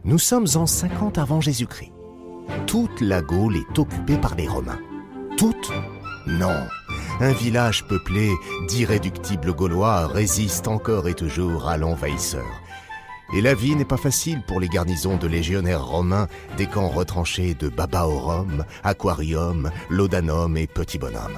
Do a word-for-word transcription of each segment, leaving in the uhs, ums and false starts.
Nous sommes en cinquante avant Jésus-Christ. Toute la Gaule est occupée par les Romains. Toute ? Non. Un village peuplé d'irréductibles Gaulois résiste encore et toujours à l'envahisseur. Et la vie n'est pas facile pour les garnisons de légionnaires romains des camps retranchés de Babaorum, Aquarium, Laudanum et Petit Bonhomme.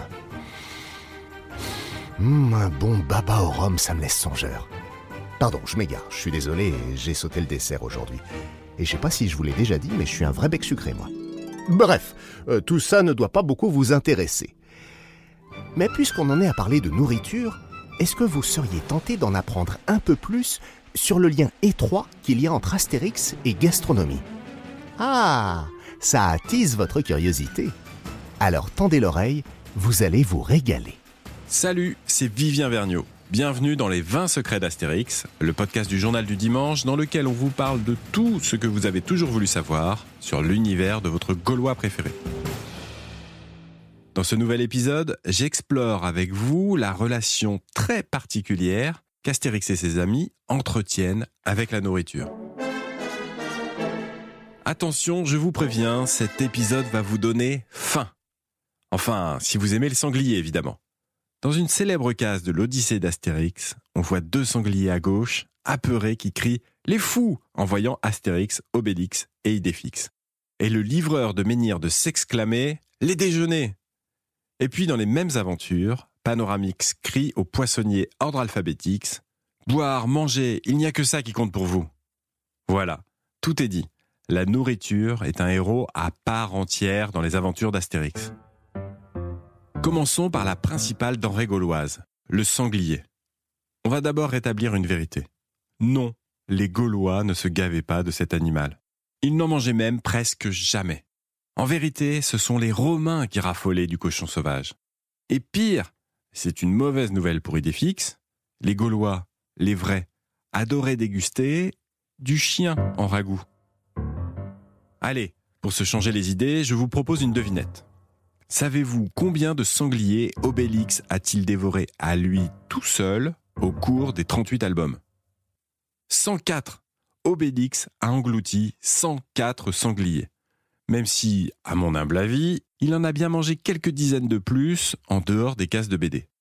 Mmh, un bon Babaorum, ça me laisse songeur. Pardon, je m'égare, je suis désolé, j'ai sauté le dessert aujourd'hui. Et je sais pas si je vous l'ai déjà dit, mais je suis un vrai bec sucré, moi. Bref, euh, tout ça ne doit pas beaucoup vous intéresser. Mais puisqu'on en est à parler de nourriture, est-ce que vous seriez tenté d'en apprendre un peu plus sur le lien étroit qu'il y a entre Astérix et gastronomie ? Ah, ça attise votre curiosité. Alors tendez l'oreille, vous allez vous régaler. Salut, c'est Vivien Vergniaud. Bienvenue dans les vingt secrets d'Astérix, le podcast du Journal du Dimanche dans lequel on vous parle de tout ce que vous avez toujours voulu savoir sur l'univers de votre Gaulois préféré. Dans ce nouvel épisode, j'explore avec vous la relation très particulière qu'Astérix et ses amis entretiennent avec la nourriture. Attention, je vous préviens, cet épisode va vous donner faim. Enfin, si vous aimez le sanglier, évidemment. Dans une célèbre case de l'Odyssée d'Astérix, on voit deux sangliers à gauche, apeurés, qui crient « Les fous !» en voyant Astérix, Obélix et Idéfix. Et le livreur de menhir de s'exclamer « Les déjeuners !» Et puis dans les mêmes aventures, Panoramix crie au poissonnier ordre alphabétix « Boire, manger, il n'y a que ça qui compte pour vous !» Voilà, tout est dit. La nourriture est un héros à part entière dans les aventures d'Astérix. Commençons par la principale denrée gauloise, le sanglier. On va d'abord rétablir une vérité. Non, les Gaulois ne se gavaient pas de cet animal. Ils n'en mangeaient même presque jamais. En vérité, ce sont les Romains qui raffolaient du cochon sauvage. Et pire, c'est une mauvaise nouvelle pour Idéfix, les Gaulois, les vrais, adoraient déguster du chien en ragoût. Allez, pour se changer les idées, je vous propose une devinette. Savez-vous combien de sangliers Obélix a-t-il dévoré à lui tout seul au cours des trente-huit albums ? cent quatre. Obélix a englouti cent quatre sangliers. Même si, à mon humble avis, il en a bien mangé quelques dizaines de plus en dehors des cases de B D.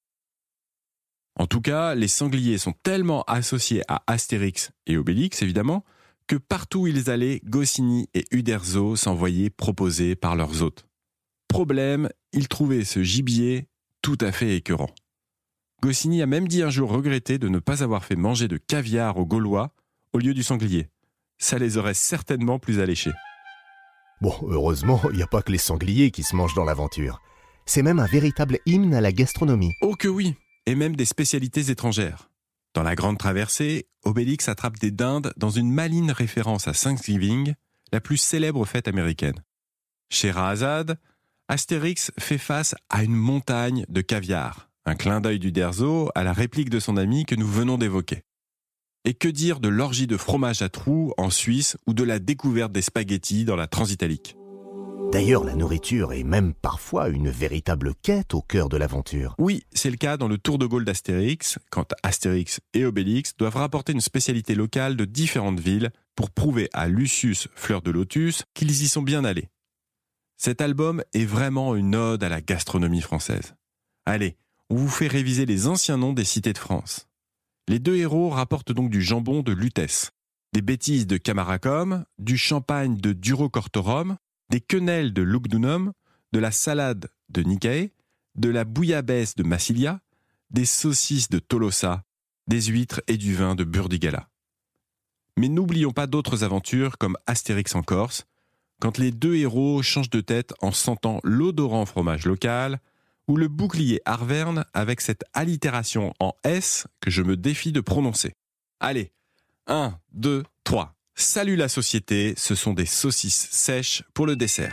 En tout cas, les sangliers sont tellement associés à Astérix et Obélix, évidemment, que partout où ils allaient, Goscinny et Uderzo s'envoyaient proposer par leurs hôtes. Problème, ils trouvaient ce gibier tout à fait écœurant. Goscinny a même dit un jour regretter de ne pas avoir fait manger de caviar aux Gaulois au lieu du sanglier. Ça les aurait certainement plus alléchés. Bon, heureusement, il n'y a pas que les sangliers qui se mangent dans l'aventure. C'est même un véritable hymne à la gastronomie. Oh que oui, et même des spécialités étrangères. Dans la Grande Traversée, Obélix attrape des dindes dans une maligne référence à Thanksgiving, la plus célèbre fête américaine. Chez Scheherazade, Astérix fait face à une montagne de caviar, un clin d'œil d'Uderzo à la réplique de son ami que nous venons d'évoquer. Et que dire de l'orgie de fromage à trous en Suisse ou de la découverte des spaghettis dans la Transitalique ? D'ailleurs, la nourriture est même parfois une véritable quête au cœur de l'aventure. Oui, c'est le cas dans le Tour de Gaulle d'Astérix, quand Astérix et Obélix doivent rapporter une spécialité locale de différentes villes pour prouver à Lucius Fleur de Lotus qu'ils y sont bien allés. Cet album est vraiment une ode à la gastronomie française. Allez, on vous fait réviser les anciens noms des cités de France. Les deux héros rapportent donc du jambon de Lutèce, des bêtises de Camaracum, du champagne de Durocortorum, des quenelles de Lugdunum, de la salade de Nicae, de la bouillabaisse de Massilia, des saucisses de Tolosa, des huîtres et du vin de Burdigala. Mais n'oublions pas d'autres aventures comme Astérix en Corse, quand les deux héros changent de tête en sentant l'odorant fromage local, ou le bouclier Arverne avec cette allitération en S que je me défie de prononcer. Allez, un, deux, trois. Salut la société, ce sont des saucisses sèches pour le dessert.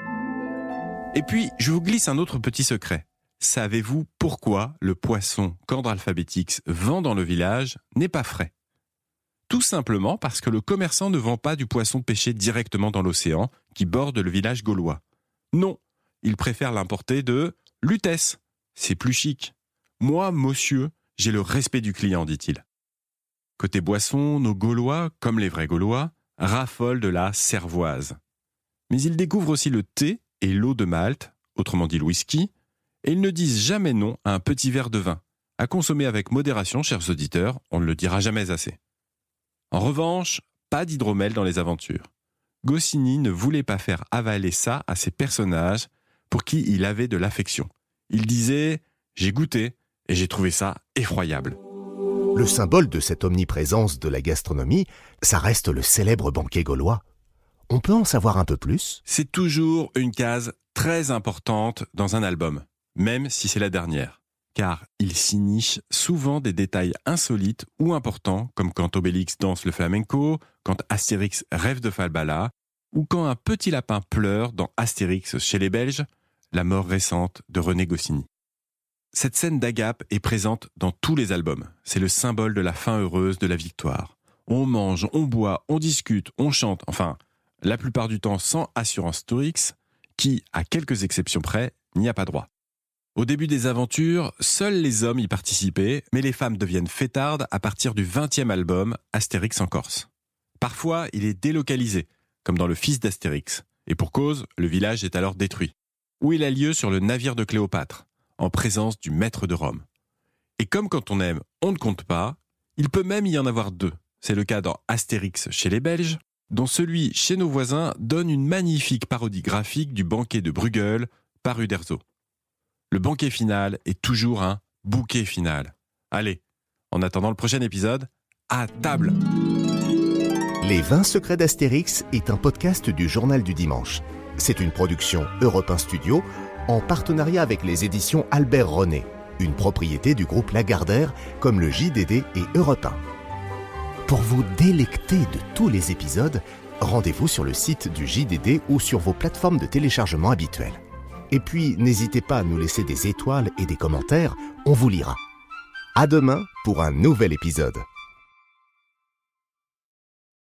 Et puis, je vous glisse un autre petit secret. Savez-vous pourquoi le poisson qu'Ordre Alphabétix vend dans le village n'est pas frais ? Tout simplement parce que le commerçant ne vend pas du poisson pêché directement dans l'océan qui borde le village gaulois. Non, il préfère l'importer de Lutèce. C'est plus chic. Moi, monsieur, j'ai le respect du client, dit-il. Côté boisson, nos Gaulois, comme les vrais Gaulois, raffolent de la cervoise. Mais ils découvrent aussi le thé et l'eau de Malte, autrement dit le whisky, et ils ne disent jamais non à un petit verre de vin, à consommer avec modération, chers auditeurs, on ne le dira jamais assez. En revanche, pas d'hydromel dans les aventures. Goscinny ne voulait pas faire avaler ça à ses personnages pour qui il avait de l'affection. Il disait « J'ai goûté et j'ai trouvé ça effroyable ». Le symbole de cette omniprésence de la gastronomie, ça reste le célèbre banquet gaulois. On peut en savoir un peu plus ? C'est toujours une case très importante dans un album, même si c'est la dernière. Car il s'y niche souvent des détails insolites ou importants, comme quand Obélix danse le flamenco, quand Astérix rêve de Falbala, ou quand un petit lapin pleure dans Astérix chez les Belges, la mort récente de René Goscinny. Cette scène d'agape est présente dans tous les albums. C'est le symbole de la fin heureuse de la victoire. On mange, on boit, on discute, on chante, enfin, la plupart du temps sans assurance Torix, qui, à quelques exceptions près, n'y a pas droit. Au début des aventures, seuls les hommes y participaient, mais les femmes deviennent fêtardes à partir du vingtième album, Astérix en Corse. Parfois, il est délocalisé, comme dans Le Fils d'Astérix, et pour cause, le village est alors détruit. Ou il a lieu sur le navire de Cléopâtre, en présence du maître de Rome. Et comme quand on aime, on ne compte pas, il peut même y en avoir deux. C'est le cas dans Astérix chez les Belges, dont celui chez nos voisins donne une magnifique parodie graphique du banquet de Bruegel par Uderzo. Le banquet final est toujours un bouquet final. Allez, en attendant le prochain épisode, à table! Les vingt secrets d'Astérix est un podcast du Journal du Dimanche. C'est une production Europe un Studio en partenariat avec les éditions Albert René, une propriété du groupe Lagardère comme le J D D et Europe un. Pour vous délecter de tous les épisodes, rendez-vous sur le site du J D D ou sur vos plateformes de téléchargement habituelles. Et puis, n'hésitez pas à nous laisser des étoiles et des commentaires, on vous lira. À demain pour un nouvel épisode.